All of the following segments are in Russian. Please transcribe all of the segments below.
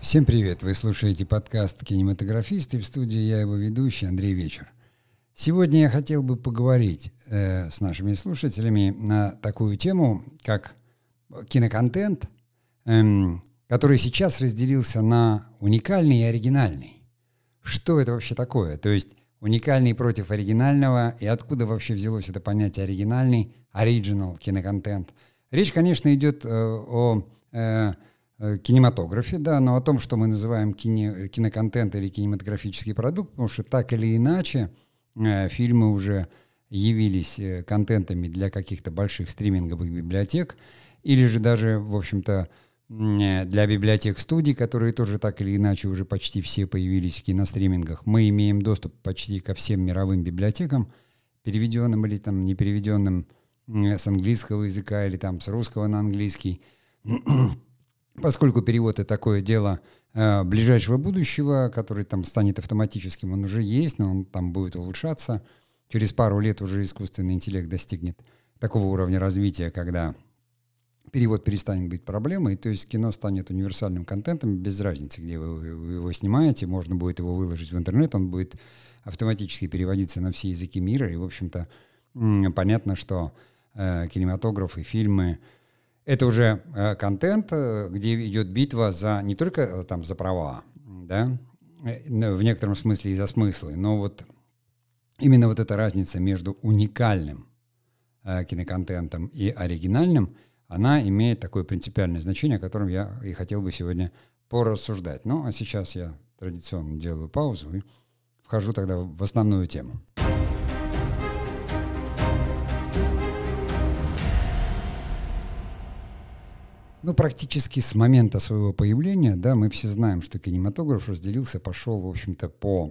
Всем привет! Вы слушаете подкаст «Кинематографист», и в студии я его ведущий Андрей Вечер. Сегодня я хотел бы поговорить с нашими слушателями на такую тему, как киноконтент, который сейчас разделился на уникальный и оригинальный. Что это вообще такое? То есть уникальный против оригинального, и откуда вообще взялось это понятие оригинальный, original киноконтент? Речь, конечно, идет о кинематографе, да, но о том, что мы называем киноконтент или кинематографический продукт, потому что так или иначе фильмы уже явились контентами для каких-то больших стриминговых библиотек, или же даже, в общем-то, для библиотек-студий, которые тоже так или иначе уже почти все появились в киностримингах. Мы имеем доступ почти ко всем мировым библиотекам, переведенным или там не переведенным с английского языка или там с русского на английский. Поскольку перевод — это такое дело ближайшего будущего, который там станет автоматическим, он уже есть, но он там будет улучшаться. Через пару лет уже искусственный интеллект достигнет такого уровня развития, когда перевод перестанет быть проблемой, то есть кино станет универсальным контентом, без разницы, где вы его снимаете, можно будет его выложить в интернет, он будет автоматически переводиться на все языки мира, и, в общем-то, понятно, что кинематограф и фильмы — это уже контент, где идет битва за не только там за права, да, в некотором смысле и за смыслы, но вот именно вот эта разница между уникальным киноконтентом и оригинальным, она имеет такое принципиальное значение, о котором я и хотел бы сегодня порассуждать. Ну, а сейчас я традиционно делаю паузу и вхожу тогда в основную тему. Ну, практически с момента своего появления, да, мы все знаем, что кинематограф разделился, пошел, в общем-то, по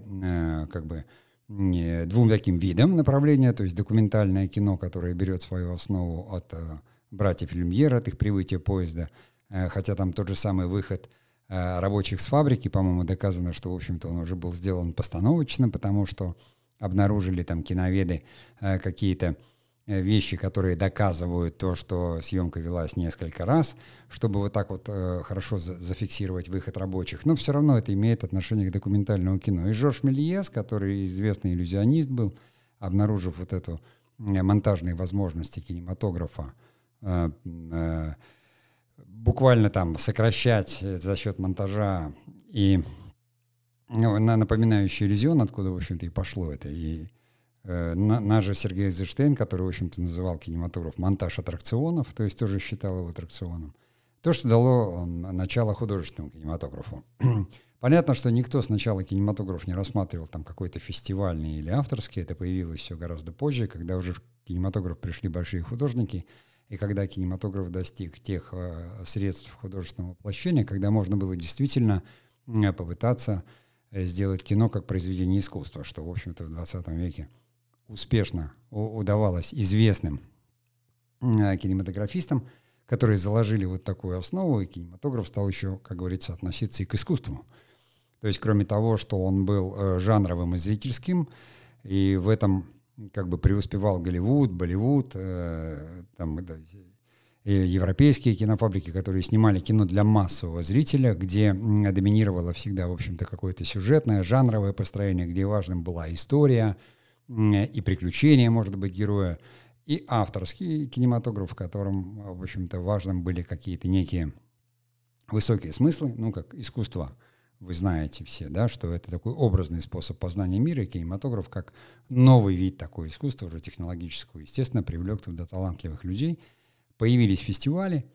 двум таким видам направления, то есть документальное кино, которое берет свою основу от братьев Люмьера, от их «Прибытия поезда», хотя там тот же самый выход рабочих с фабрики, по-моему, доказано, что, в общем-то, он уже был сделан постановочно, потому что обнаружили там киноведы какие-то вещи, которые доказывают то, что съемка велась несколько раз, чтобы вот так вот хорошо зафиксировать выход рабочих. Но все равно это имеет отношение к документальному кино. И Жорж Мельес, который известный иллюзионист был, обнаружив вот эту монтажные возможности кинематографа, буквально там сокращать за счет монтажа и напоминающий иллюзион, откуда, в общем-то, и пошло это. И наш же Сергей Эйзенштейн, который, в общем-то, называл кинематограф монтаж аттракционов, то есть тоже считал его аттракционом, то, что дало начало художественному кинематографу. Понятно, что никто сначала кинематограф не рассматривал там какой-то фестивальный или авторский, это появилось все гораздо позже, когда уже в кинематограф пришли большие художники, и когда кинематограф достиг тех средств художественного воплощения, когда можно было действительно попытаться сделать кино как произведение искусства, что, в общем-то, в 20 веке успешно удавалось известным кинематографистам, которые заложили вот такую основу, и кинематограф стал еще, как говорится, относиться и к искусству. То есть, кроме того, что он был жанровым и зрительским, и в этом как бы преуспевал Голливуд, Болливуд, там, и европейские кинофабрики, которые снимали кино для массового зрителя, где доминировало всегда, в общем-то, какое-то сюжетное, жанровое построение, где важным была история и приключения, может быть, героя, и авторский кинематограф, в котором, в общем-то, важным были какие-то некие высокие смыслы, ну, как искусство. Вы знаете все, да, что это такой образный способ познания мира, и кинематограф как новый вид такого искусства, уже технологического, естественно, привлек туда талантливых людей. Появились фестивали,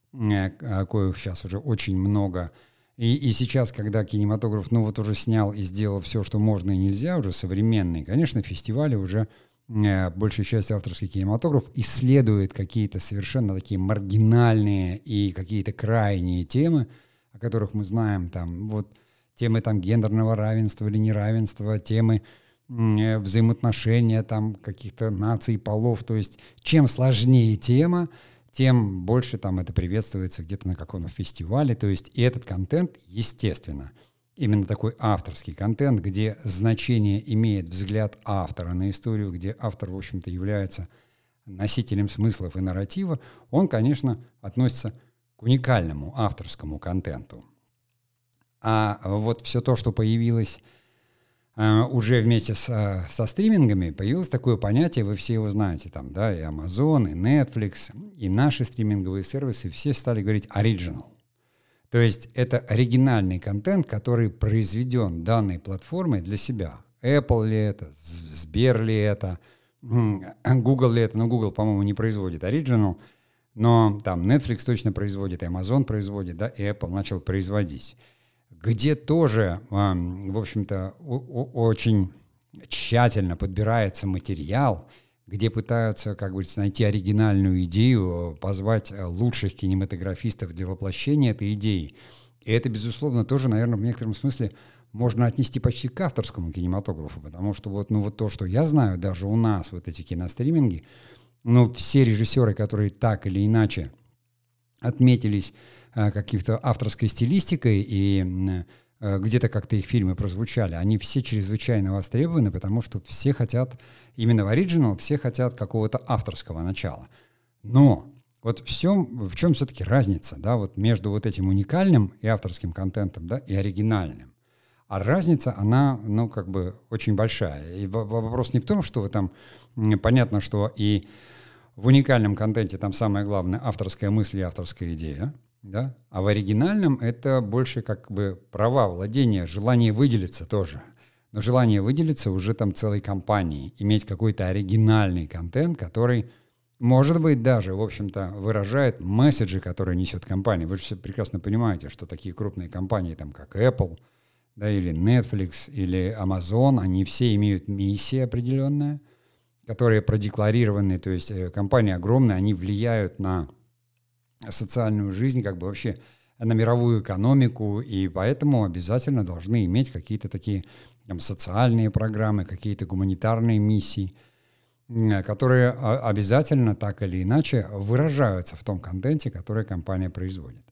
коих сейчас уже очень много. И сейчас, когда кинематограф, ну вот уже снял и сделал все, что можно и нельзя, уже современный, конечно, фестивали уже, большая часть авторский кинематограф исследует какие-то совершенно такие маргинальные и какие-то крайние темы, о которых мы знаем, там, вот темы там гендерного равенства или неравенства, темы взаимоотношения там каких-то наций, полов. То есть чем сложнее тема, тем больше там это приветствуется где-то на каком-то фестивале. То есть и этот контент, естественно, именно такой авторский контент, где значение имеет взгляд автора на историю, где автор, в общем-то, является носителем смыслов и нарратива, он, конечно, относится к уникальному авторскому контенту. А вот все то, что появилось уже вместе со стримингами, появилось такое понятие, вы все его знаете, там, да, и Amazon, и Netflix, и наши стриминговые сервисы, все стали говорить original. То есть это оригинальный контент, который произведен данной платформой для себя. Apple ли это, Сбер ли это, Google ли это, ну, Google, по-моему, не производит original, но там Netflix точно производит, Amazon производит, да, и Apple начал производить. Где тоже, в общем-то, очень тщательно подбирается материал, где пытаются, как говорится, найти оригинальную идею, позвать лучших кинематографистов для воплощения этой идеи. И это, безусловно, тоже, наверное, в некотором смысле можно отнести почти к авторскому кинематографу, потому что вот то, что я знаю, даже у нас вот эти киностриминги, все режиссеры, которые так или иначе отметились какой-то авторской стилистикой и где-то как-то их фильмы прозвучали, они все чрезвычайно востребованы, потому что все хотят, именно в оригинал, все хотят какого-то авторского начала. Но вот в чем все-таки разница, да, вот между вот этим уникальным и авторским контентом, да, и оригинальным? А разница, она, очень большая. И вопрос не в том, что там понятно, что и в уникальном контенте там самое главное авторская мысль и авторская идея, да? А в оригинальном это больше как бы права владения, желание выделиться тоже. Но желание выделиться уже там целой компанией, иметь какой-то оригинальный контент, который, может быть, даже, в общем-то, выражает месседжи, которые несет компания. Вы же все прекрасно понимаете, что такие крупные компании, там, как Apple, да, или Netflix, или Amazon, они все имеют миссии определенные, которые продекларированы, то есть компании огромные, они влияют на социальную жизнь, как бы вообще на мировую экономику, и поэтому обязательно должны иметь какие-то такие там социальные программы, какие-то гуманитарные миссии, которые обязательно так или иначе выражаются в том контенте, который компания производит.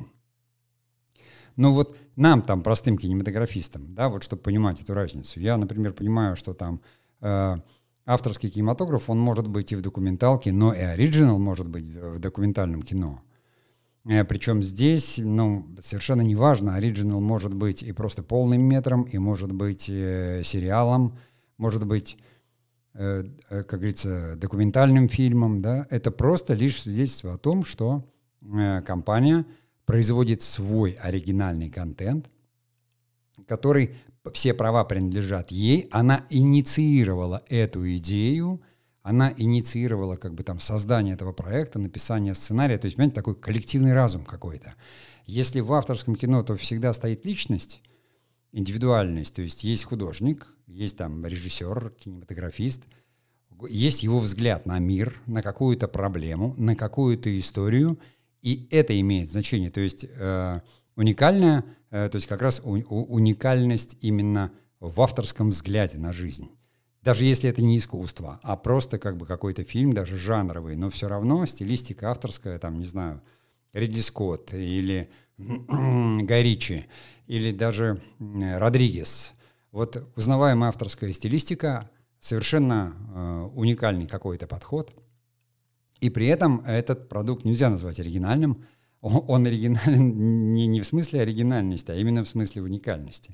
Но вот нам там, простым кинематографистам, да, вот чтобы понимать эту разницу, я, например, понимаю, что там авторский кинематограф, он может быть и в документалке, но и оригинал может быть в документальном кино. Причем здесь, совершенно неважно, оригинал может быть и просто полным метром, и может быть сериалом, может быть, как говорится, документальным фильмом, да. Это просто лишь свидетельство о том, что компания производит свой оригинальный контент, который, все права принадлежат ей, она инициировала эту идею, она инициировала как бы там создание этого проекта, написание сценария, то есть, понимаете, такой коллективный разум какой-то. Если в авторском кино, то всегда стоит личность, индивидуальность, то есть есть художник, есть там режиссер, кинематографист, есть его взгляд на мир, на какую-то проблему, на какую-то историю, и это имеет значение, то есть уникальная, то есть как раз уникальность именно в авторском взгляде на жизнь. Даже если это не искусство, а просто как бы какой-то фильм, даже жанровый, но все равно стилистика авторская, там, не знаю, Ридли Скотт или Гай Ричи, или даже Родригес. Вот узнаваемая авторская стилистика, совершенно уникальный какой-то подход, и при этом этот продукт нельзя назвать оригинальным. Он оригинален не в смысле оригинальности, а именно в смысле уникальности.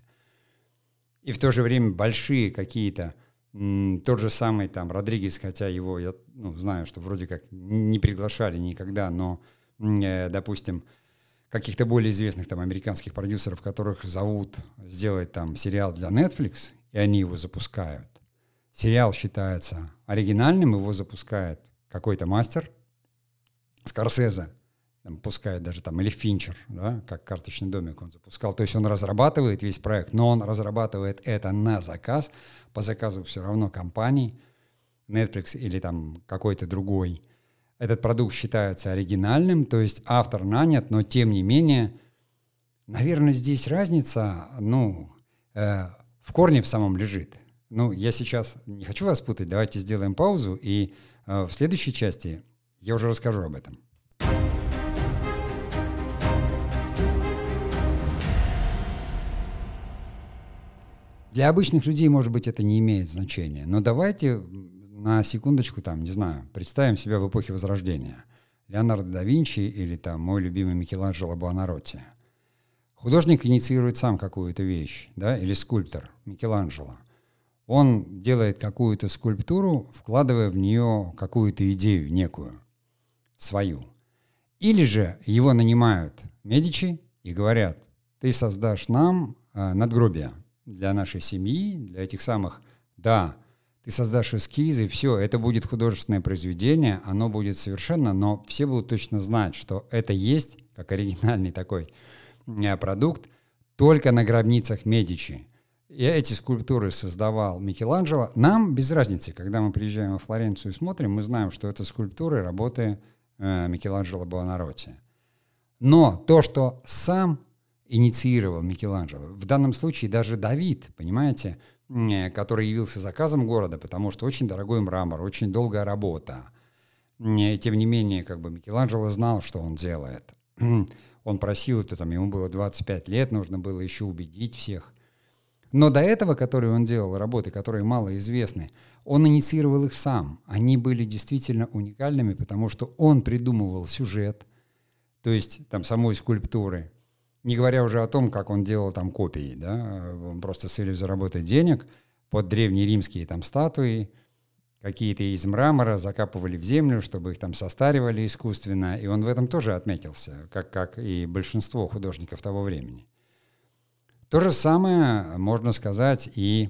И в то же время большие какие-то, тот же самый там Родригес, хотя его, я знаю, что вроде как не приглашали никогда, но, допустим, каких-то более известных там американских продюсеров, которых зовут сделать там сериал для Netflix, и они его запускают. Сериал считается оригинальным, его запускает какой-то мастер, Скорсезе, пускай даже там, или Финчер, да, как «Карточный домик» он запускал. То есть он разрабатывает весь проект, но он разрабатывает это на заказ, по заказу все равно компании, Netflix или там какой-то другой. Этот продукт считается оригинальным, то есть автор нанят, но тем не менее, наверное, здесь разница, в корне в самом лежит. Я сейчас не хочу вас путать, давайте сделаем паузу, и в следующей части я уже расскажу об этом. Для обычных людей, может быть, это не имеет значения, но давайте на секундочку, представим себя в эпохе Возрождения. Леонардо да Винчи или там мой любимый Микеланджело Буонаротти. Художник инициирует сам какую-то вещь, да, или скульптор, Микеланджело. Он делает какую-то скульптуру, вкладывая в нее какую-то идею некую, свою. Или же его нанимают Медичи и говорят: ты создашь нам надгробие для нашей семьи, для этих самых, да, ты создашь эскизы, все, это будет художественное произведение, оно будет совершенно, но все будут точно знать, что это есть, как оригинальный такой продукт, только на гробницах Медичи. И эти скульптуры создавал Микеланджело. Нам без разницы, когда мы приезжаем во Флоренцию и смотрим, мы знаем, что это скульптуры, работы Микеланджело Буонаротти. Но то, что сам инициировал Микеланджело, в данном случае даже Давид, понимаете, который явился заказом города, потому что очень дорогой мрамор, очень долгая работа. И тем не менее, как бы Микеланджело знал, что он делает. Он просил это, там, ему было 25 лет, нужно было еще убедить всех. Но до этого, которые он делал, работы, которые малоизвестны, он инициировал их сам. Они были действительно уникальными, потому что он придумывал сюжет, то есть там самой скульптуры, не говоря уже о том, как он делал там копии, да, он просто с целью заработать денег под древнеримские там статуи, какие-то из мрамора закапывали в землю, чтобы их там состаривали искусственно, и он в этом тоже отметился, как и большинство художников того времени. То же самое можно сказать и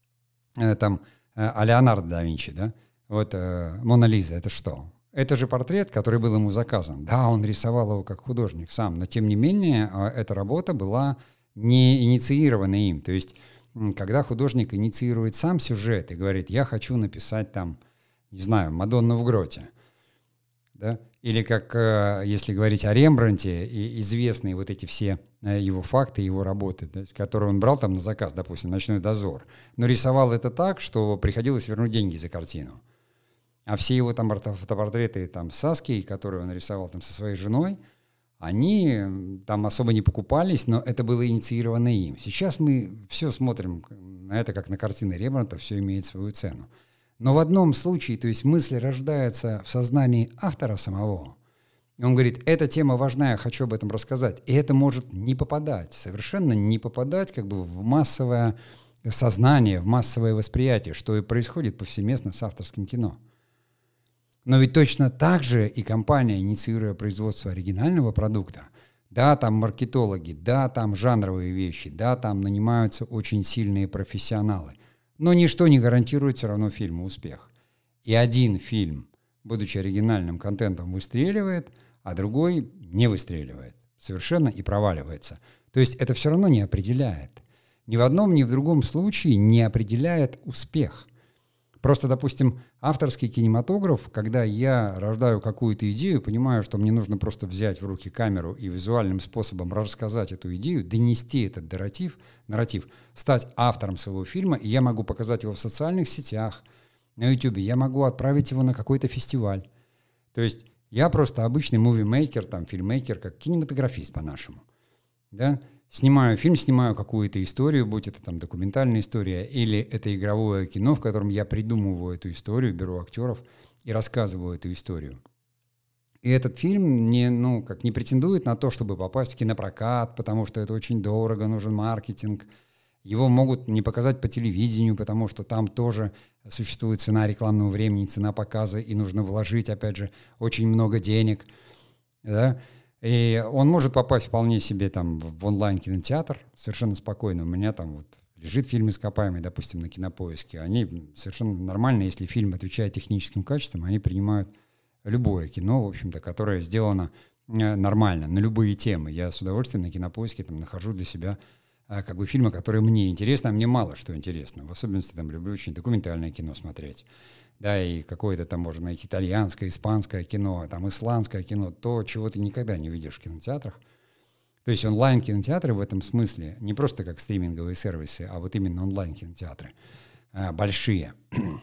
там о Леонардо да Винчи, да? Вот «Мона Лиза» — это что? Это же портрет, который был ему заказан. Да, он рисовал его как художник сам, но тем не менее эта работа была не инициирована им. То есть когда художник инициирует сам сюжет и говорит: я хочу написать там, не знаю, Мадонну в гроте, да? Или как, если говорить о Рембрандте, и известные вот эти все его факты, его работы, да, которые он брал там на заказ, допустим, «Ночной дозор», но рисовал это так, что приходилось вернуть деньги за картину. А все его там фотопортреты там, с Саски, которые он рисовал там со своей женой, они там особо не покупались, но это было инициировано им. Сейчас мы все смотрим на это как на картины Рембрандта, все имеет свою цену. Но в одном случае, то есть мысль рождается в сознании автора самого. Он говорит: эта тема важна, я хочу об этом рассказать. И это может не попадать, совершенно не попадать как бы в массовое сознание, в массовое восприятие, что и происходит повсеместно с авторским кино. Но ведь точно так же и компания, инициируя производство оригинального продукта, да, там маркетологи, да, там жанровые вещи, да, там нанимаются очень сильные профессионалы. Но ничто не гарантирует все равно фильму успех. И один фильм, будучи оригинальным контентом, выстреливает, а другой не выстреливает совершенно и проваливается. То есть это все равно не определяет. Ни в одном, ни в другом случае не определяет успех. Просто, допустим, авторский кинематограф, когда я рождаю какую-то идею, понимаю, что мне нужно просто взять в руки камеру и визуальным способом рассказать эту идею, донести этот нарратив, стать автором своего фильма, и я могу показать его в социальных сетях, на YouTube, я могу отправить его на какой-то фестиваль. То есть я просто обычный мувимейкер, там, фильммейкер, как кинематографист по-нашему. Да? Снимаю фильм, снимаю какую-то историю, будь это там документальная история или это игровое кино, в котором я придумываю эту историю, беру актеров и рассказываю эту историю. И этот фильм не претендует на то, чтобы попасть в кинопрокат, потому что это очень дорого, нужен маркетинг. Его могут не показать по телевидению, потому что там тоже существует цена рекламного времени, цена показа, и нужно вложить, опять же, очень много денег. Да? И он может попасть вполне себе там в онлайн-кинотеатр совершенно спокойно. У меня там вот лежит фильм «Ископаемый», допустим, на Кинопоиске. Они совершенно нормально, если фильм отвечает техническим качествам, они принимают любое кино, в общем-то, которое сделано нормально, на любые темы. Я с удовольствием на Кинопоиске там нахожу для себя как бы фильмы, которые мне интересны, а мне мало что интересно. В особенности там люблю очень документальное кино смотреть. Да, и какое-то там можно найти итальянское, испанское кино, там исландское кино, то, чего ты никогда не видишь в кинотеатрах. То есть онлайн-кинотеатры в этом смысле не просто как стриминговые сервисы, а вот именно онлайн-кинотеатры большие.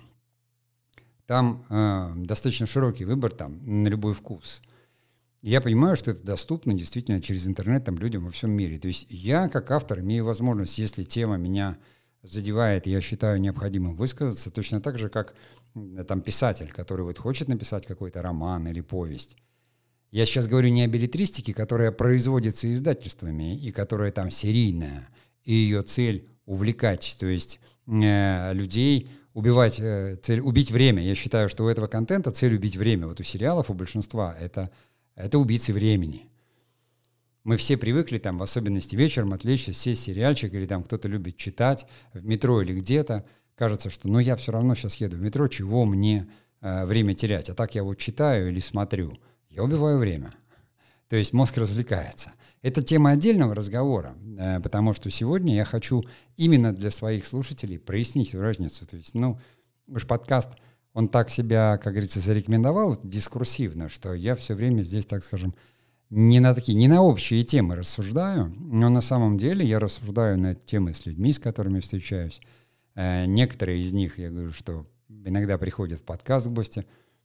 Там достаточно широкий выбор там на любой вкус. И я понимаю, что это доступно действительно через интернет там людям во всем мире. То есть я как автор имею возможность, если тема меня задевает, и я считаю необходимым высказаться, точно так же, как там писатель, который вот хочет написать какой-то роман или повесть. Я сейчас говорю не о беллетристике, которая производится издательствами и которая там серийная, и ее цель увлекать, то есть людей убивать, цель убить время. Я считаю, что у этого контента цель убить время. Вот у сериалов, у большинства это убийцы времени. Мы все привыкли там, в особенности вечером, отвлечься, сесть сериальчик, или там кто-то любит читать в метро или где-то. Кажется, что я все равно сейчас еду в метро, чего мне время терять. А так я вот читаю или смотрю. Я убиваю время. То есть мозг развлекается. Это тема отдельного разговора, потому что сегодня я хочу именно для своих слушателей прояснить эту разницу. То есть, уж подкаст, он так себя, как говорится, зарекомендовал дискурсивно, что я все время здесь, так скажем, не на общие темы рассуждаю, но на самом деле я рассуждаю на темы с людьми, с которыми встречаюсь. Некоторые из них, я говорю, что иногда приходят в подкаст в гости,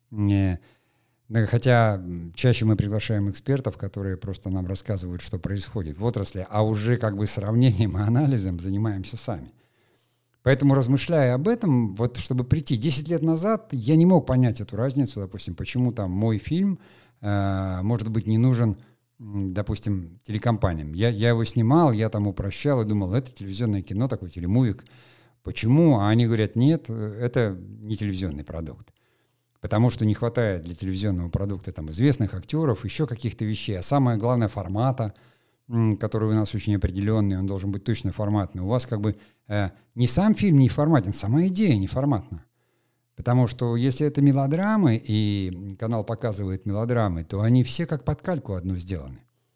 хотя чаще мы приглашаем экспертов, которые просто нам рассказывают, что происходит в отрасли, а уже как бы сравнением и анализом занимаемся сами. Поэтому, размышляя об этом, вот чтобы прийти 10 лет назад, я не мог понять эту разницу, допустим, почему там мой фильм может быть не нужен, допустим, телекомпаниям. Я его снимал, я там упрощал и думал, это телевизионное кино, такой телемувик. Почему? А они говорят, нет, это не телевизионный продукт. Потому что не хватает для телевизионного продукта там известных актеров, еще каких-то вещей. А самое главное — формата, который у нас очень определенный, он должен быть точно форматный. У вас как бы не сам фильм не форматен, сама идея не форматна. Потому что если это мелодрамы, и канал показывает мелодрамы, то они все как под кальку одну сделаны.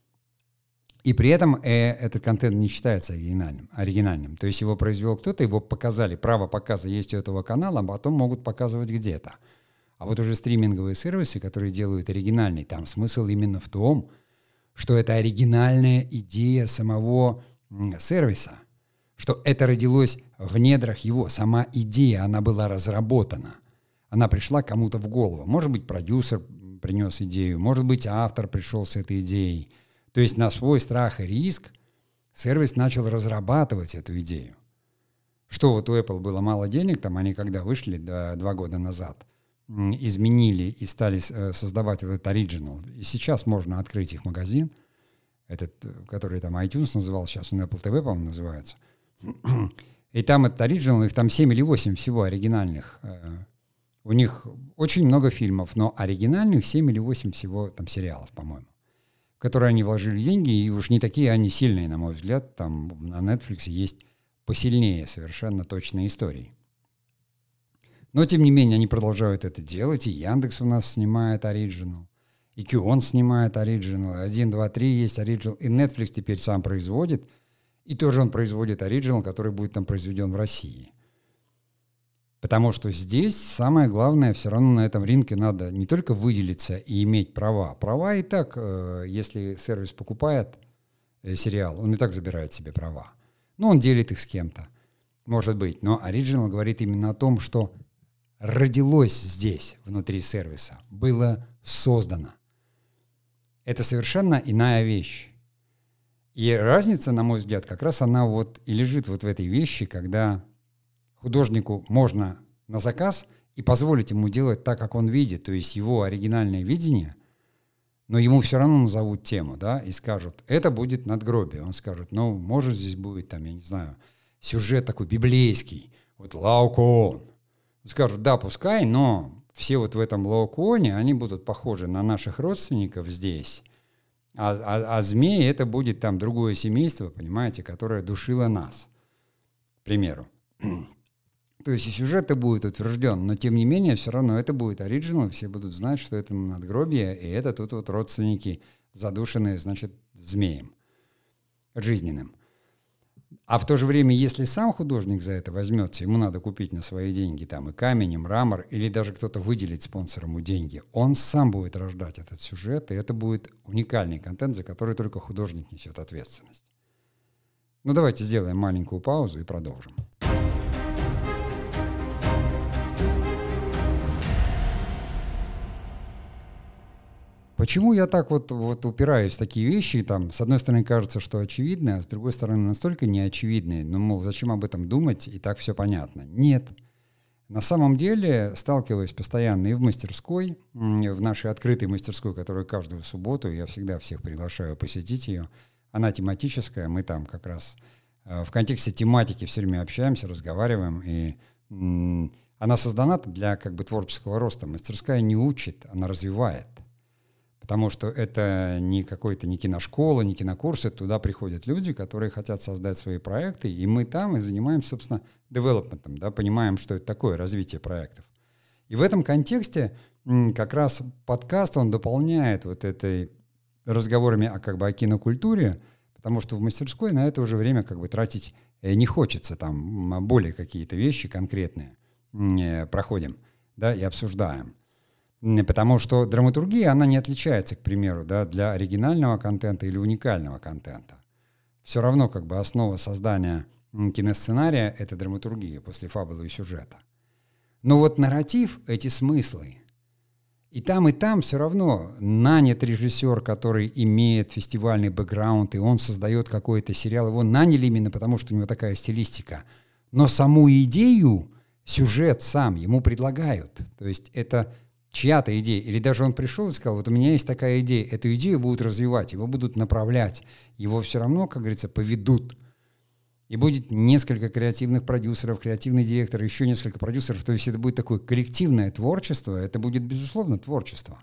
И при этом этот контент не считается оригинальным. То есть его произвел кто-то, его показали, право показа есть у этого канала, а потом могут показывать где-то. А вот уже стриминговые сервисы, которые делают оригинальный, там смысл именно в том, что это оригинальная идея самого сервиса, что это родилось в недрах его, сама идея, она была разработана. Она пришла кому-то в голову. Может быть, продюсер принес идею, может быть, автор пришел с этой идеей. То есть на свой страх и риск сервис начал разрабатывать эту идею. Что вот у Apple было мало денег, там они когда вышли 2 года назад, изменили и стали создавать вот этот оригинал. И сейчас можно открыть их магазин, этот, который там iTunes называл, сейчас он Apple TV, по-моему, называется. И там этот оригинал, их там 7 или 8 всего оригинальных. У них очень много фильмов, но оригинальных 7 или 8 всего там сериалов, по-моему, в которые они вложили деньги, и уж не такие они сильные, на мой взгляд. Там на Netflix есть посильнее совершенно точные истории. Но, тем не менее, они продолжают это делать, и Яндекс у нас снимает оригинал, и Кион снимает оригинал, 1, 2, 3 есть оригинал, и Netflix теперь сам производит, и тоже он производит оригинал, который будет там произведен в России. Потому что здесь самое главное, все равно на этом рынке надо не только выделиться и иметь права. Права и так, если сервис покупает сериал, он и так забирает себе права. Ну, он делит их с кем-то, может быть. Но оригинал говорит именно о том, что родилось здесь, внутри сервиса, было создано. Это совершенно иная вещь. И разница, на мой взгляд, как раз она вот и лежит вот в этой вещи, когда художнику можно на заказ и позволить ему делать так, как он видит, то есть его оригинальное видение, но ему все равно назовут тему, да, и скажут, это будет надгробие. Он скажет, может, здесь будет, там, я не знаю, сюжет такой библейский, вот Лаокоон. Скажут, да, пускай, но все вот в этом Лаокооне, они будут похожи на наших родственников здесь, а змеи — это будет там другое семейство, понимаете, которое душило нас, к примеру. То есть и сюжет будет утвержден, но тем не менее все равно это будет оригинал, все будут знать, что это надгробие, и это тут вот родственники, задушенные, значит, змеем жизненным. А в то же время, если сам художник за это возьмется, ему надо купить на свои деньги там и камень, и мрамор, или даже кто-то выделит спонсору ему деньги, он сам будет рождать этот сюжет, и это будет уникальный контент, за который только художник несет ответственность. Ну, давайте сделаем маленькую паузу и продолжим. Почему я так вот упираюсь в такие вещи? Там, с одной стороны, кажется, что очевидно, а с другой стороны, настолько неочевидные. Ну, мол, зачем об этом думать, и так все понятно. Нет. На самом деле, сталкиваясь постоянно и в мастерской, в нашей открытой мастерской, которую каждую субботу, я всегда всех приглашаю посетить ее, она тематическая, мы там как раз в контексте тематики все время общаемся, разговариваем, и она создана для как бы творческого роста. Мастерская не учит, она развивает. Потому что это не какой-то не киношкола, не кинокурсы, туда приходят люди, которые хотят создать свои проекты, и мы там и занимаемся, собственно, девелопментом, да, понимаем, что это такое развитие проектов. И в этом контексте как раз подкаст, он дополняет вот этой разговорами о кинокультуре, потому что в мастерской на это уже время как бы тратить не хочется, там более какие-то вещи конкретные проходим, да, и обсуждаем. Потому что драматургия, она не отличается, к примеру, да, для оригинального контента или уникального контента. Все равно как бы основа создания киносценария — это драматургия после фабулы и сюжета. Но вот нарратив, эти смыслы, и там все равно нанят режиссер, который имеет фестивальный бэкграунд, и он создает какой-то сериал. Его наняли именно потому, что у него такая стилистика. Но саму идею, сюжет сам ему предлагают. То есть это чья-то идея, или даже он пришел и сказал, вот у меня есть такая идея, эту идею будут развивать, его будут направлять, его все равно, как говорится, поведут. И будет несколько креативных продюсеров, креативный директор, еще несколько продюсеров, то есть это будет такое коллективное творчество, это будет, безусловно, творчество.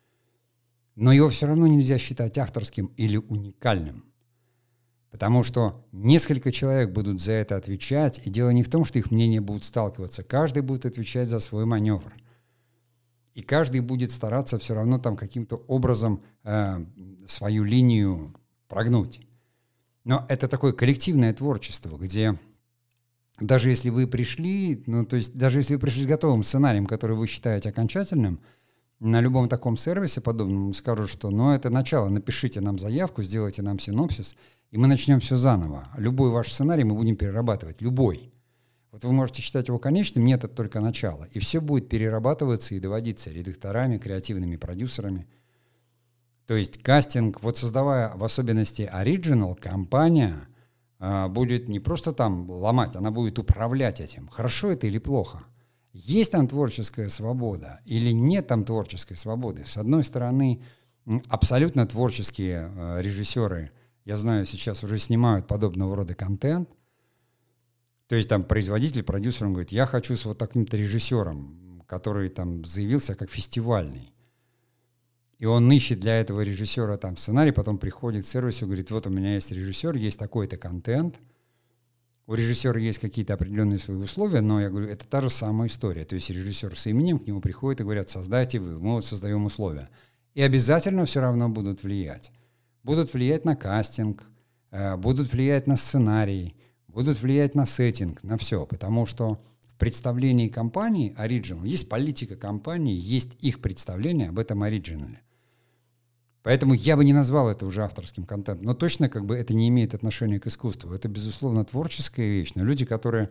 Но его все равно нельзя считать авторским или уникальным, потому что несколько человек будут за это отвечать, и дело не в том, что их мнения будут сталкиваться, каждый будет отвечать за свой маневр. И каждый будет стараться все равно там каким-то образом свою линию прогнуть. Но это такое коллективное творчество, где даже если вы пришли, даже если вы пришли с готовым сценарием, который вы считаете окончательным, на любом таком сервисе подобном скажут, что это начало, напишите нам заявку, сделайте нам синопсис, и мы начнем все заново. Любой ваш сценарий мы будем перерабатывать, любой. Вот вы можете считать его конечным, нет, это только начало. И все будет перерабатываться и доводиться редакторами, креативными продюсерами. То есть кастинг, вот создавая в особенности оригинал, компания будет не просто там ломать, она будет управлять этим. Хорошо это или плохо? Есть там творческая свобода или нет там творческой свободы? С одной стороны, абсолютно творческие режиссеры, я знаю, сейчас уже снимают подобного рода контент. То есть там производитель, продюсер, он говорит, я хочу с вот таким-то режиссером, который там заявился как фестивальный. И он ищет для этого режиссера там сценарий, потом приходит к сервису и говорит, вот у меня есть режиссер, есть такой-то контент, у режиссера есть какие-то определенные свои условия, но я говорю, это та же самая история. То есть режиссер с именем к нему приходит и говорят, создайте вы, мы вот создаем условия. И обязательно все равно будут влиять. Будут влиять на кастинг, будут влиять на сценарий, будут влиять на сеттинг, на все, потому что в представлении компании Original есть политика компании, есть их представление об этом оригинале. Поэтому я бы не назвал это уже авторским контентом, но точно как бы это не имеет отношения к искусству. Это, безусловно, творческая вещь, но люди, которые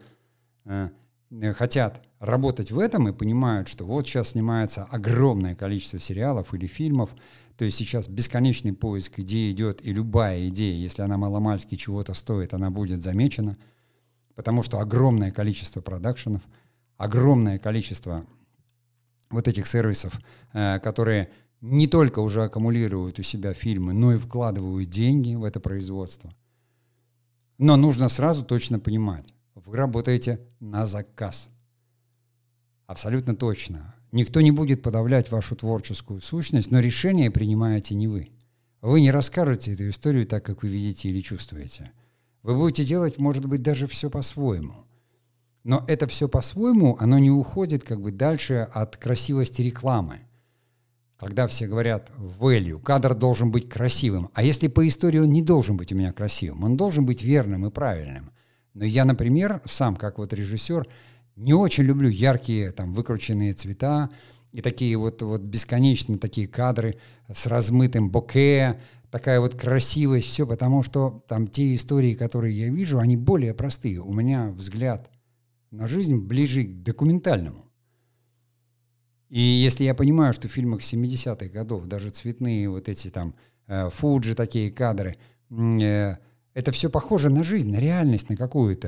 хотят работать в этом и понимают, что вот сейчас снимается огромное количество сериалов или фильмов, то есть сейчас бесконечный поиск идей идет, и любая идея, если она маломальски чего-то стоит, она будет замечена, потому что огромное количество продакшенов, огромное количество вот этих сервисов, которые не только уже аккумулируют у себя фильмы, но и вкладывают деньги в это производство. Но нужно сразу точно понимать, вы работаете на заказ. Абсолютно точно. Никто не будет подавлять вашу творческую сущность, но решение принимаете не вы. Вы не расскажете эту историю так, как вы видите или чувствуете. Вы будете делать, может быть, даже все по-своему. Но это все по-своему, оно не уходит как бы дальше от красивости рекламы. Когда все говорят value, кадр должен быть красивым. А если по истории он не должен быть у меня красивым, он должен быть верным и правильным. Но я, например, сам как вот режиссер, не очень люблю яркие там выкрученные цвета и такие вот бесконечные такие кадры с размытым боке, такая вот красивость, все, потому что там те истории, которые я вижу, они более простые. У меня взгляд на жизнь ближе к документальному. И если я понимаю, что в фильмах 70-х годов даже цветные вот эти там Фуджи такие кадры, это все похоже на жизнь, на реальность на какую-то,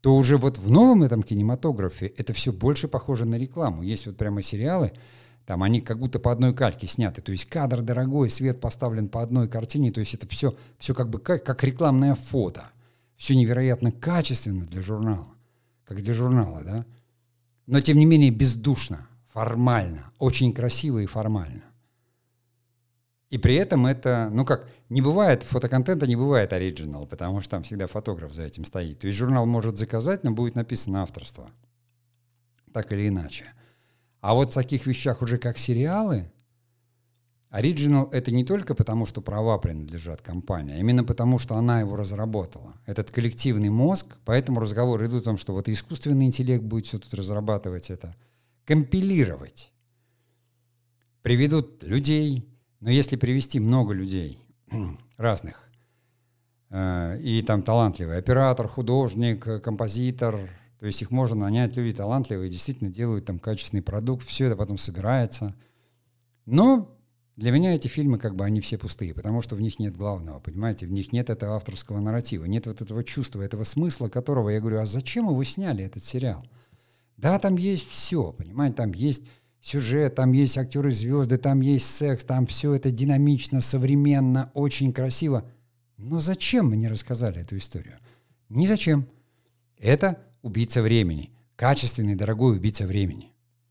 то уже вот в новом этом кинематографе это все больше похоже на рекламу. Есть вот прямо сериалы, там они как будто по одной кальке сняты. То есть кадр дорогой, свет поставлен по одной картине. То есть это все как бы как рекламное фото. Все невероятно качественно для журнала. Как для журнала, да? Но тем не менее бездушно, формально, очень красиво и формально. И при этом это, ну как, не бывает фотоконтента, не бывает оригинал, потому что там всегда фотограф за этим стоит. То есть журнал может заказать, но будет написано авторство. Так или иначе. А вот в таких вещах уже как сериалы, оригинал это не только потому, что права принадлежат компании, а именно потому, что она его разработала. Этот коллективный мозг, поэтому разговоры идут о том, что вот искусственный интеллект будет все тут разрабатывать это, компилировать. Приведут людей. Но если привести много людей разных, и там талантливый оператор, художник, композитор, то есть их можно нанять, люди талантливые, действительно делают там качественный продукт, все это потом собирается. Но для меня эти фильмы как бы они все пустые, потому что в них нет главного, понимаете, в них нет этого авторского нарратива, нет вот этого чувства, этого смысла, которого я говорю, а зачем вы сняли этот сериал? Да, там есть все, понимаете, там есть сюжет, там есть актеры-звезды, там есть секс, там все это динамично, современно, очень красиво. Но зачем мне рассказали эту историю? Ни зачем. Это убийца времени. Качественный, дорогой убийца времени.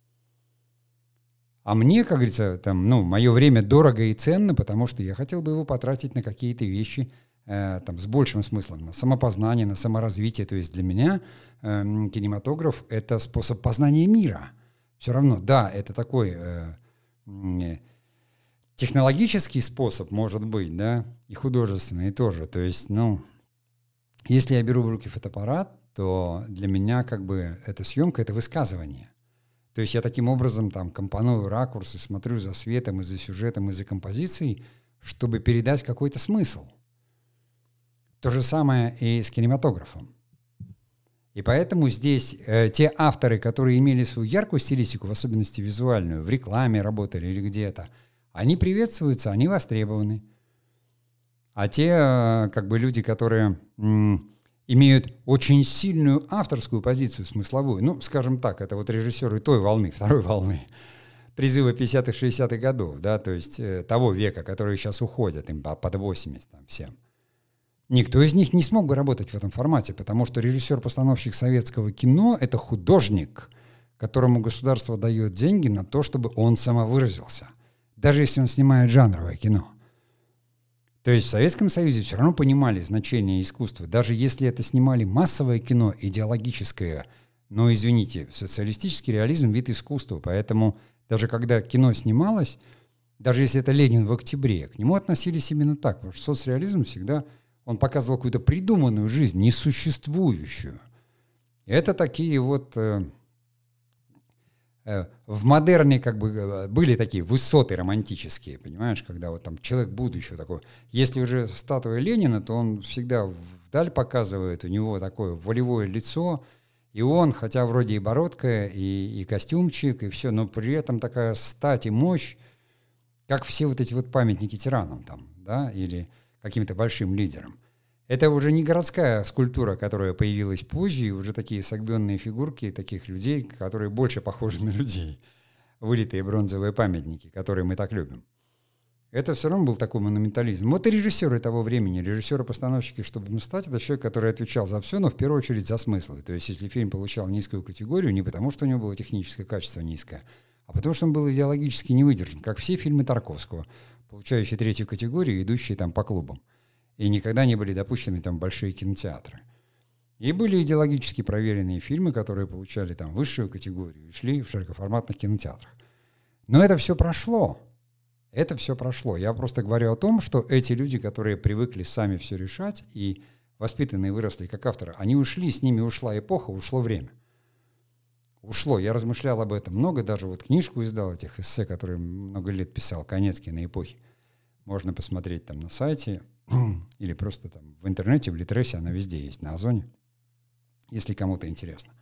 А мне, как говорится, там, мое время дорого и ценно, потому что я хотел бы его потратить на какие-то вещи там, с большим смыслом, на самопознание, на саморазвитие. То есть для меня кинематограф — это способ познания мира. Все равно, да, это такой технологический способ, может быть, да, и художественный тоже. То есть, если я беру в руки фотоаппарат, то для меня как бы эта съемка — это высказывание. То есть я таким образом там компоную ракурсы, смотрю за светом, и за сюжетом, и за композицией, чтобы передать какой-то смысл. То же самое и с кинематографом. И поэтому здесь те авторы, которые имели свою яркую стилистику, в особенности визуальную, в рекламе работали или где-то, они приветствуются, они востребованы. А те как бы люди, которые имеют очень сильную авторскую позицию, смысловую, скажем так, это вот режиссеры той волны, второй волны, призыва 50-х, 60-х годов, да, то есть того века, которые сейчас уходят, им под 80 там, всем. Никто из них не смог бы работать в этом формате, потому что режиссер-постановщик советского кино — это художник, которому государство дает деньги на то, чтобы он самовыразился, даже если он снимает жанровое кино. То есть в Советском Союзе все равно понимали значение искусства, даже если это снимали массовое кино, идеологическое, но, извините, социалистический реализм — вид искусства, поэтому даже когда кино снималось, даже если это Ленин в октябре, к нему относились именно так, потому что соцреализм всегда... Он показывал какую-то придуманную жизнь, несуществующую. И это такие вот... в модерне как бы были такие высоты романтические, понимаешь, когда вот там человек будущего такой. Если уже статуя Ленина, то он всегда вдаль показывает, у него такое волевое лицо, и он, хотя вроде и бородка, и костюмчик, и все, но при этом такая стать и мощь, как все вот эти вот памятники тиранам там, да, или каким-то большим лидерам. Это уже не городская скульптура, которая появилась позже, и уже такие согбенные фигурки таких людей, которые больше похожи на людей. Вылитые бронзовые памятники, которые мы так любим. Это все равно был такой монументализм. Вот и режиссеры того времени, режиссеры-постановщики, чтобы им стать, это человек, который отвечал за все, но в первую очередь за смыслы. То есть если фильм получал низкую категорию, не потому что у него было техническое качество низкое, а потому что он был идеологически не выдержан, как все фильмы Тарковского, получающие 3-ю категорию, идущие там по клубам. И никогда не были допущены там большие кинотеатры. И были идеологически проверенные фильмы, которые получали там высшую категорию и шли в широкоформатных кинотеатрах. Но это все прошло. Это все прошло. Я просто говорю о том, что эти люди, которые привыкли сами все решать и воспитанные выросли как авторы, они ушли, с ними ушла эпоха, ушло время. Ушло. Я размышлял об этом много, даже вот книжку издал этих эссе, которые много лет писал, Канецкий на эпохе. Можно посмотреть там на сайте или просто там в интернете, в Литресе, она везде есть, на Озоне, если кому-то интересно.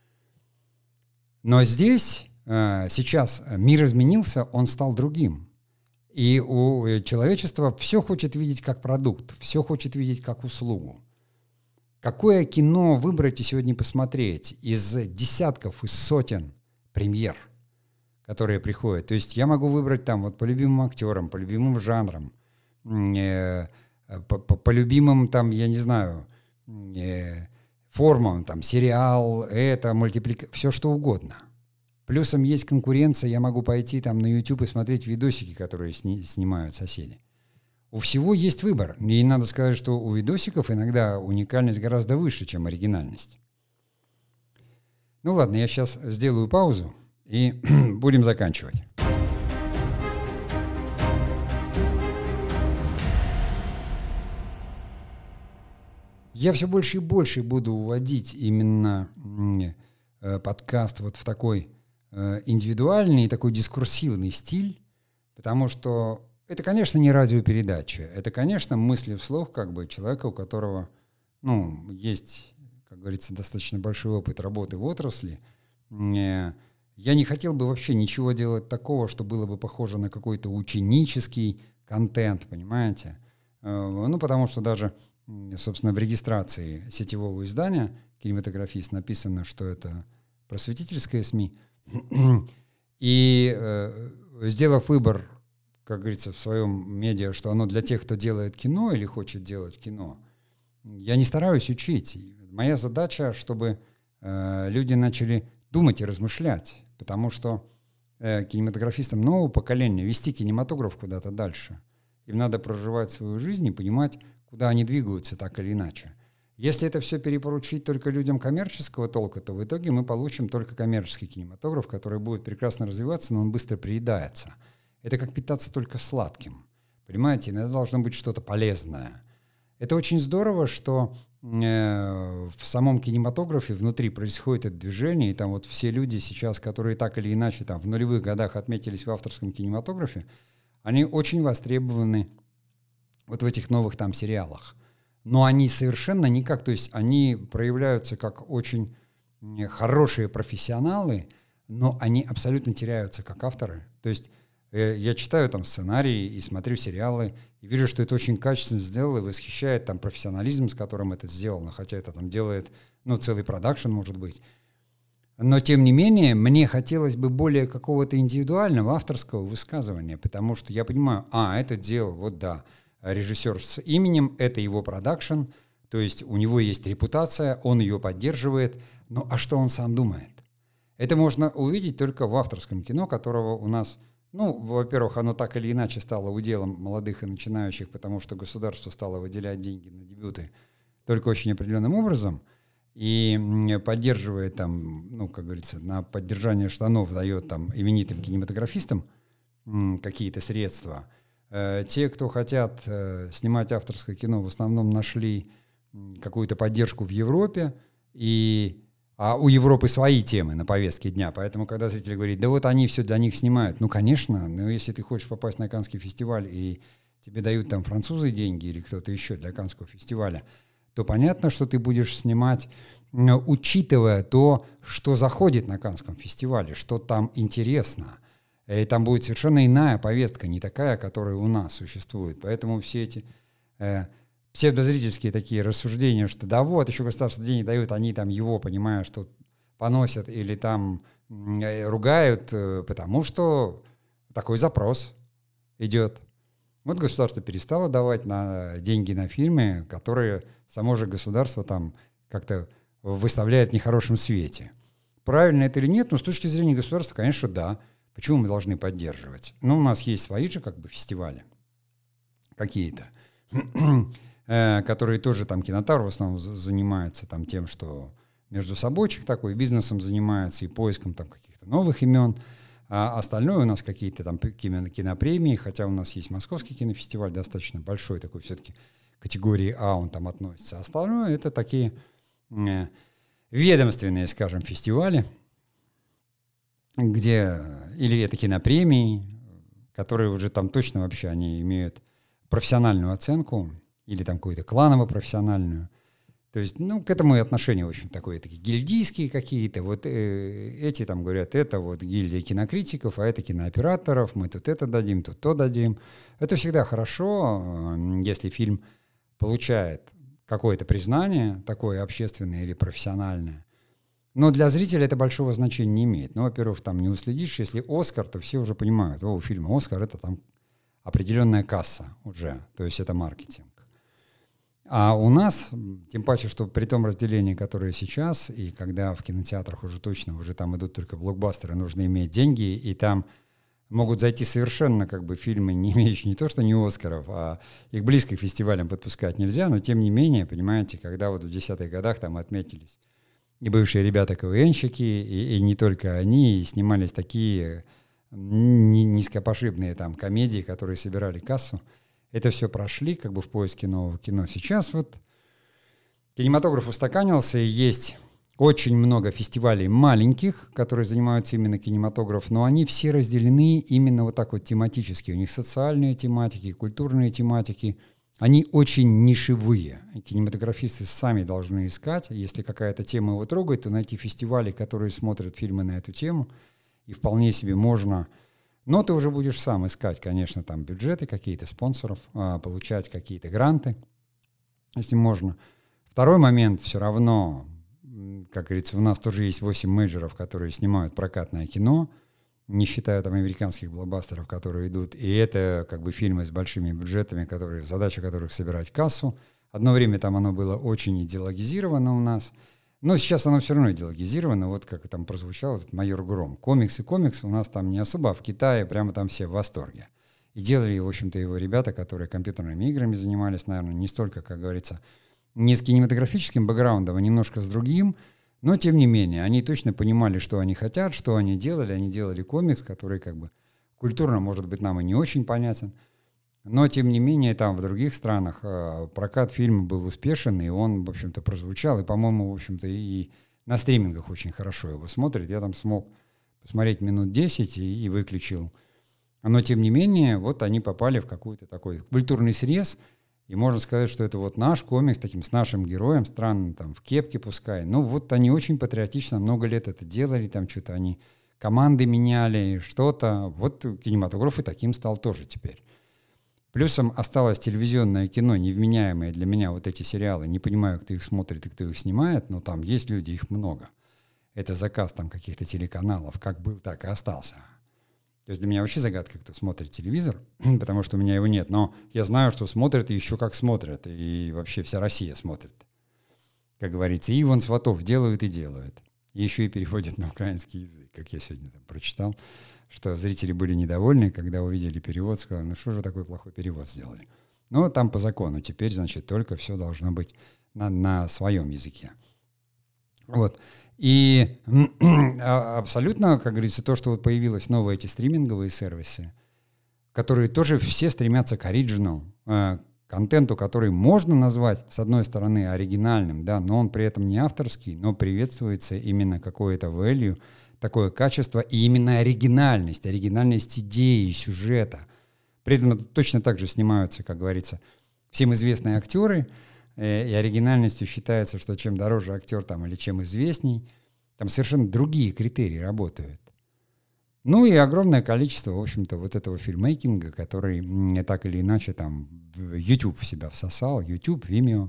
Но здесь, сейчас мир изменился, он стал другим. И у человечества все хочет видеть как продукт, все хочет видеть как услугу. какое кино выбрать и сегодня посмотреть из десятков, из сотен премьер, которые приходят. То есть я могу выбрать там вот по любимым актерам, по любимым жанрам, по любимым там, я не знаю, формам, там, сериал, все что угодно. Плюсом есть конкуренция, я могу пойти там на YouTube и смотреть видосики, которые снимают соседи. У всего есть выбор. И надо сказать, что у видосиков иногда уникальность гораздо выше, чем оригинальность. Ну ладно, я сейчас сделаю паузу и будем заканчивать. Я все больше и больше буду уводить именно подкаст вот в такой индивидуальный, такой дискурсивный стиль, потому что это, конечно, не радиопередача, это, конечно, мысли вслух как бы человека, у которого, есть, как говорится, достаточно большой опыт работы в отрасли. Я не хотел бы вообще ничего делать такого, что было бы похоже на какой-то ученический контент, понимаете? Потому что даже, собственно, в регистрации сетевого издания «Кинематографист» написано, что это просветительское СМИ. И сделав выбор, как говорится, в своем медиа, что оно для тех, кто делает кино или хочет делать кино, я не стараюсь учить. Моя задача, чтобы люди начали думать и размышлять, потому что кинематографистам нового поколения вести кинематограф куда-то дальше. Им надо проживать свою жизнь и понимать, куда они двигаются так или иначе. Если это все перепоручить только людям коммерческого толка, то в итоге мы получим только коммерческий кинематограф, который будет прекрасно развиваться, но он быстро приедается. Это как питаться только сладким. Понимаете, это должно быть что-то полезное. Это очень здорово, что в самом кинематографе внутри происходит это движение, и там вот все люди сейчас, которые так или иначе там в нулевых годах отметились в авторском кинематографе, они очень востребованы вот в этих новых там сериалах. Но они совершенно никак, то есть они проявляются как очень хорошие профессионалы, но они абсолютно теряются как авторы. То есть я читаю там сценарии и смотрю сериалы, и вижу, что это очень качественно сделано, и восхищает там профессионализм, с которым это сделано, хотя это там делает, целый продакшн, может быть. Но, тем не менее, мне хотелось бы более какого-то индивидуального авторского высказывания, потому что я понимаю, это делал, режиссер с именем, это его продакшн, то есть у него есть репутация, он ее поддерживает, а что он сам думает? Это можно увидеть только в авторском кино, которого у нас, во-первых, оно так или иначе стало уделом молодых и начинающих, потому что государство стало выделять деньги на дебюты только очень определенным образом, и поддерживает там, как говорится, на поддержание штанов дает там именитым кинематографистам какие-то средства. Те, кто хотят снимать авторское кино, в основном нашли какую-то поддержку в Европе, а у Европы свои темы на повестке дня. Поэтому, когда зритель говорит, да вот они все для них снимают, конечно, но если ты хочешь попасть на Каннский фестиваль, и тебе дают там французы деньги или кто-то еще для Каннского фестиваля, то понятно, что ты будешь снимать, учитывая то, что заходит на Каннском фестивале, что там интересно. И там будет совершенно иная повестка, не такая, которая у нас существует. Поэтому все эти псевдозрительские такие рассуждения, что да вот, еще государство денег дают, они там его, понимая, что поносят или там ругают, потому что такой запрос идет. Вот государство перестало давать деньги на фильмы, которые само же государство там как-то выставляет в нехорошем свете. Правильно это или нет? С точки зрения государства, конечно, да. Почему мы должны поддерживать? У нас есть свои же как бы фестивали какие-то, которые тоже там Кинотавр в основном занимается там тем, что между собойчик такой бизнесом занимается и поиском там каких-то новых имен. А остальное у нас какие-то там кинопремии, хотя у нас есть Московский кинофестиваль, достаточно большой такой все-таки категории А он там относится. А остальное это такие ведомственные, скажем, фестивали, где или это кинопремии, которые уже там точно вообще они имеют профессиональную оценку или там какую-то кланово-профессиональную. То есть, к этому и отношения, в общем, такие гильдийские какие-то. Вот эти там говорят, это вот гильдия кинокритиков, а это кинооператоров, мы тут это дадим, тут то дадим. Это всегда хорошо, если фильм получает какое-то признание, такое общественное или профессиональное. Но для зрителя это большого значения не имеет. Ну, во-первых, там не уследишь. Если «Оскар», то все уже понимают, у фильма «Оскар» — это там определенная касса уже, то есть это маркетинг. А у нас, тем паче, что при том разделении, которое сейчас, и когда в кинотеатрах уже точно, уже там идут только блокбастеры, нужно иметь деньги, и там могут зайти совершенно как бы фильмы, не имеющие не то что не «Оскаров», а их близко к фестивалям подпускать нельзя, но тем не менее, понимаете, когда вот в 10-х годах там отметились и бывшие ребята-КВНщики, и не только они, и снимались такие низкопошибные там комедии, которые собирали кассу. Это все прошли как бы в поиске нового кино. Сейчас вот кинематограф устаканился, и есть очень много фестивалей маленьких, которые занимаются именно кинематографом, но они все разделены именно вот так вот тематически. У них социальные тематики, культурные тематики. Они очень нишевые. И кинематографисты сами должны искать. Если какая-то тема его трогает, то найти фестивали, которые смотрят фильмы на эту тему. И вполне себе можно... Но ты уже будешь сам искать, конечно, там бюджеты какие-то, спонсоров, получать какие-то гранты, если можно. Второй момент, все равно, как говорится, у нас тоже есть 8 мейджоров, которые снимают прокатное кино, не считая там американских блокбастеров, которые идут. И это как бы фильмы с большими бюджетами, задача которых собирать кассу. Одно время там оно было очень идеологизировано у нас. Но сейчас оно все равно идеологизировано, вот как там прозвучало, вот «Майор Гром». Комикс у нас там не особо, а в Китае прямо там все в восторге. И делали, в общем-то, его ребята, которые компьютерными играми занимались, наверное, не столько, как говорится, не с кинематографическим бэкграундом, а немножко с другим, но, тем не менее, они точно понимали, что они хотят, что они делали комикс, который как бы культурно, может быть, нам и не очень понятен. Но, тем не менее, там в других странах прокат фильма был успешен, и он, в общем-то, прозвучал, и, по-моему, в общем-то, и на стримингах очень хорошо его смотрят. Я там смог посмотреть минут 10 и выключил. Но, тем не менее, вот они попали в какой-то такой культурный срез, и можно сказать, что это вот наш комикс, таким с нашим героем, странно, там, в кепке пускай. Ну, вот они очень патриотично много лет это делали, там что-то они команды меняли, что-то. Вот кинематограф и таким стал тоже теперь. Плюсом осталось телевизионное кино, невменяемое для меня, вот эти сериалы. Не понимаю, кто их смотрит и кто их снимает, но там есть люди, их много. Это заказ там каких-то телеканалов, как был, так и остался. То есть для меня вообще загадка, кто смотрит телевизор, потому что у меня его нет. Но я знаю, что смотрят и еще как смотрят. И вообще вся Россия смотрит, как говорится. И Иван Сватов делают и делают. И еще и переводят на украинский язык, как я сегодня там прочитал, что зрители были недовольны, когда увидели перевод, сказали, ну что же такой плохой перевод сделали. Ну, там по закону теперь, значит, только все должно быть на своем языке. Вот. И абсолютно, как говорится, то, что вот появилось новые эти стриминговые сервисы, которые тоже все стремятся к оригинал, контенту, который можно назвать, с одной стороны, оригинальным, да, но он при этом не авторский, но приветствуется именно какое-то value, такое качество и именно оригинальность идеи, сюжета. При этом точно так же снимаются, как говорится, всем известные актеры, и оригинальностью считается, что чем дороже актер там, или чем известней, там совершенно другие критерии работают. Ну и огромное количество, в общем-то, вот этого фильммейкинга, который так или иначе там YouTube в себя всосал, YouTube, Vimeo,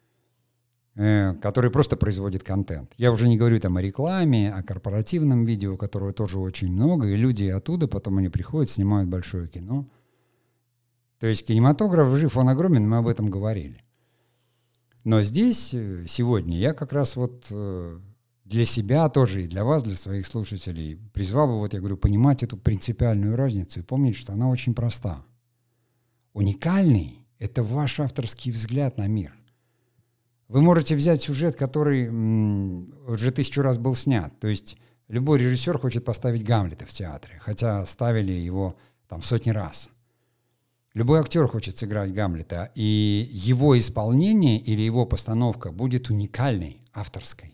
который просто производит контент. Я уже не говорю там о рекламе, о корпоративном видео, которого тоже очень много, и люди оттуда потом они приходят, снимают большое кино. То есть кинематограф жив, он огромен, мы об этом говорили. Но здесь сегодня я как раз вот для себя тоже и для вас, для своих слушателей призвал бы, вот я говорю, понимать эту принципиальную разницу и помнить, что она очень проста. Уникальный — это ваш авторский взгляд на мир. Вы можете взять сюжет, который уже 1000 раз был снят. То есть любой режиссер хочет поставить Гамлета в театре, хотя ставили его там сотни раз. Любой актер хочет сыграть Гамлета, и его исполнение или его постановка будет уникальной, авторской.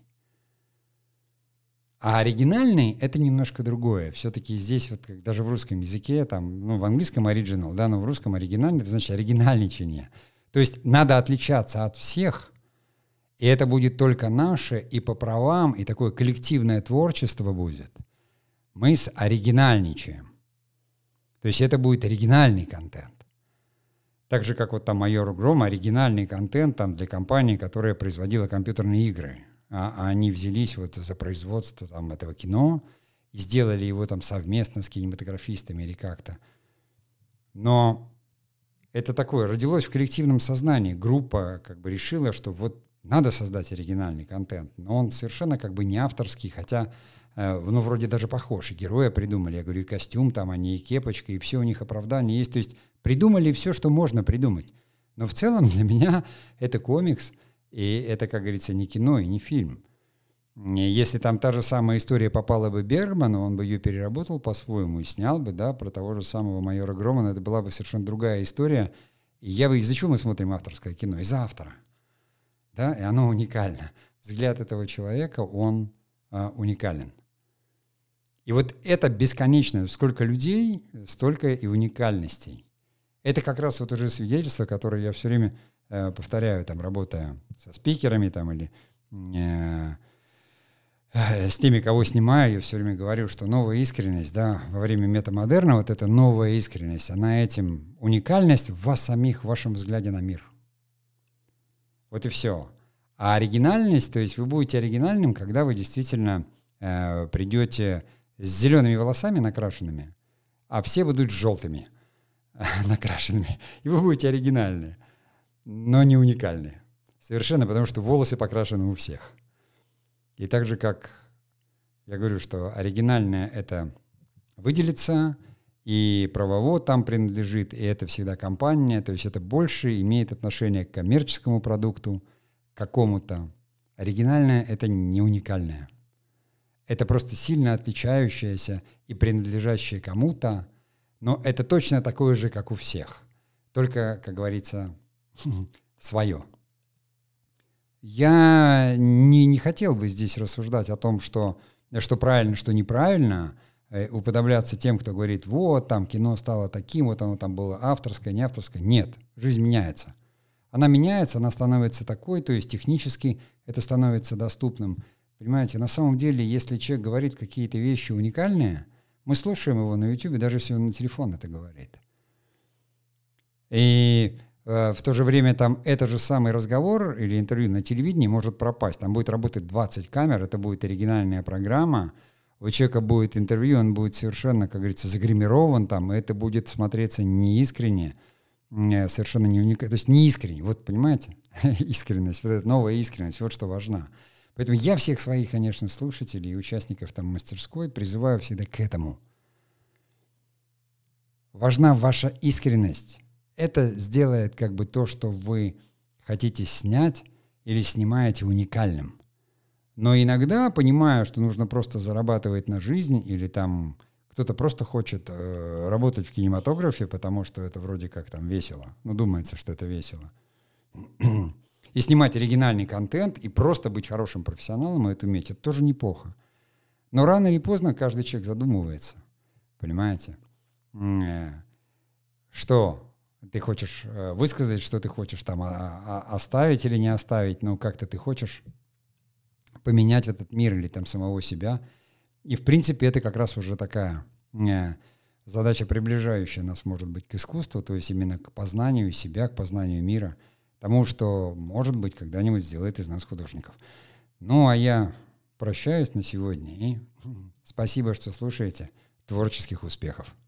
А оригинальный — это немножко другое. Все-таки здесь, вот, даже в русском языке, там, ну, в английском оригинал, да, но в русском оригинальный — это значит оригинальничание. То есть надо отличаться от всех, и это будет только наше, и по правам, и такое коллективное творчество будет. Мы оригинальничаем. То есть это будет оригинальный контент. Так же, как вот там «Майор Гром», оригинальный контент там для компании, которая производила компьютерные игры. А они взялись вот за производство там этого кино и сделали его там совместно с кинематографистами или как-то. Но это такое, родилось в коллективном сознании. Группа как бы решила, что вот надо создать оригинальный контент, но он совершенно как бы не авторский, хотя, ну, вроде даже похож. И героя придумали, я говорю, и костюм там, они и кепочка, и все у них оправдание есть. То есть придумали все, что можно придумать. Но в целом для меня это комикс, и это, как говорится, не кино и не фильм. И если там та же самая история попала бы Бергману, он бы ее переработал по-своему и снял бы, да, про того же самого майора Грома, это была бы совершенно другая история. И я бы, из-за чего мы смотрим авторское кино? Из-за автора. Да, и оно уникально. Взгляд этого человека, он уникален. И вот это бесконечно. Сколько людей, столько и уникальностей. Это как раз вот уже свидетельство, которое я все время повторяю, там, работая со спикерами там, или с теми, кого снимаю, я все время говорю, что новая искренность, да, во время метамодерна, вот эта новая искренность, она этим уникальность в вас самих, в вашем взгляде на мир. Вот и все. А оригинальность, то есть вы будете оригинальным, когда вы действительно придете с зелеными волосами накрашенными, а все будут желтыми накрашенными. И вы будете оригинальны, но не уникальны. Совершенно, потому что волосы покрашены у всех. И так же, как я говорю, что оригинальное — это выделиться, и правовод там принадлежит, и это всегда компания, то есть это больше имеет отношение к коммерческому продукту, к какому-то. Оригинальное — это не уникальное. Это просто сильно отличающееся и принадлежащее кому-то, но это точно такое же, как у всех. Только, как говорится, свое. Я не хотел бы здесь рассуждать о том, что правильно, что неправильно, уподобляться тем, кто говорит, вот, там кино стало таким, вот оно там было авторское, не авторское. Нет, жизнь меняется. Она меняется, она становится такой, то есть технически это становится доступным. Понимаете, на самом деле, если человек говорит какие-то вещи уникальные, мы слушаем его на YouTube, даже если он на телефон это говорит. И в то же время там этот же самый разговор или интервью на телевидении может пропасть. Там будет работать 20 камер, это будет оригинальная программа, у человека будет интервью, он будет совершенно, как говорится, загримирован там, и это будет смотреться неискренне, совершенно не уникально, то есть неискренне, вот понимаете, искренность, вот эта новая искренность, вот что важна. Поэтому я всех своих, конечно, слушателей и участников там мастерской призываю всегда к этому. Важна ваша искренность. Это сделает как бы то, что вы хотите снять или снимаете, уникальным. Но иногда, понимая, что нужно просто зарабатывать на жизнь, или там кто-то просто хочет работать в кинематографе, потому что это вроде как там весело. Ну, думается, что это весело. И снимать оригинальный контент, и просто быть хорошим профессионалом, и это уметь, это тоже неплохо. Но рано или поздно каждый человек задумывается. Понимаете? Что ты хочешь высказать, что ты хочешь там оставить или не оставить, но как-то ты хочешь поменять этот мир или там самого себя. И в принципе это как раз уже такая задача, приближающая нас, может быть, к искусству, то есть именно к познанию себя, к познанию мира, тому, что, может быть, когда-нибудь сделает из нас художников. Ну, а я прощаюсь на сегодня и спасибо, что слушаете. Творческих успехов!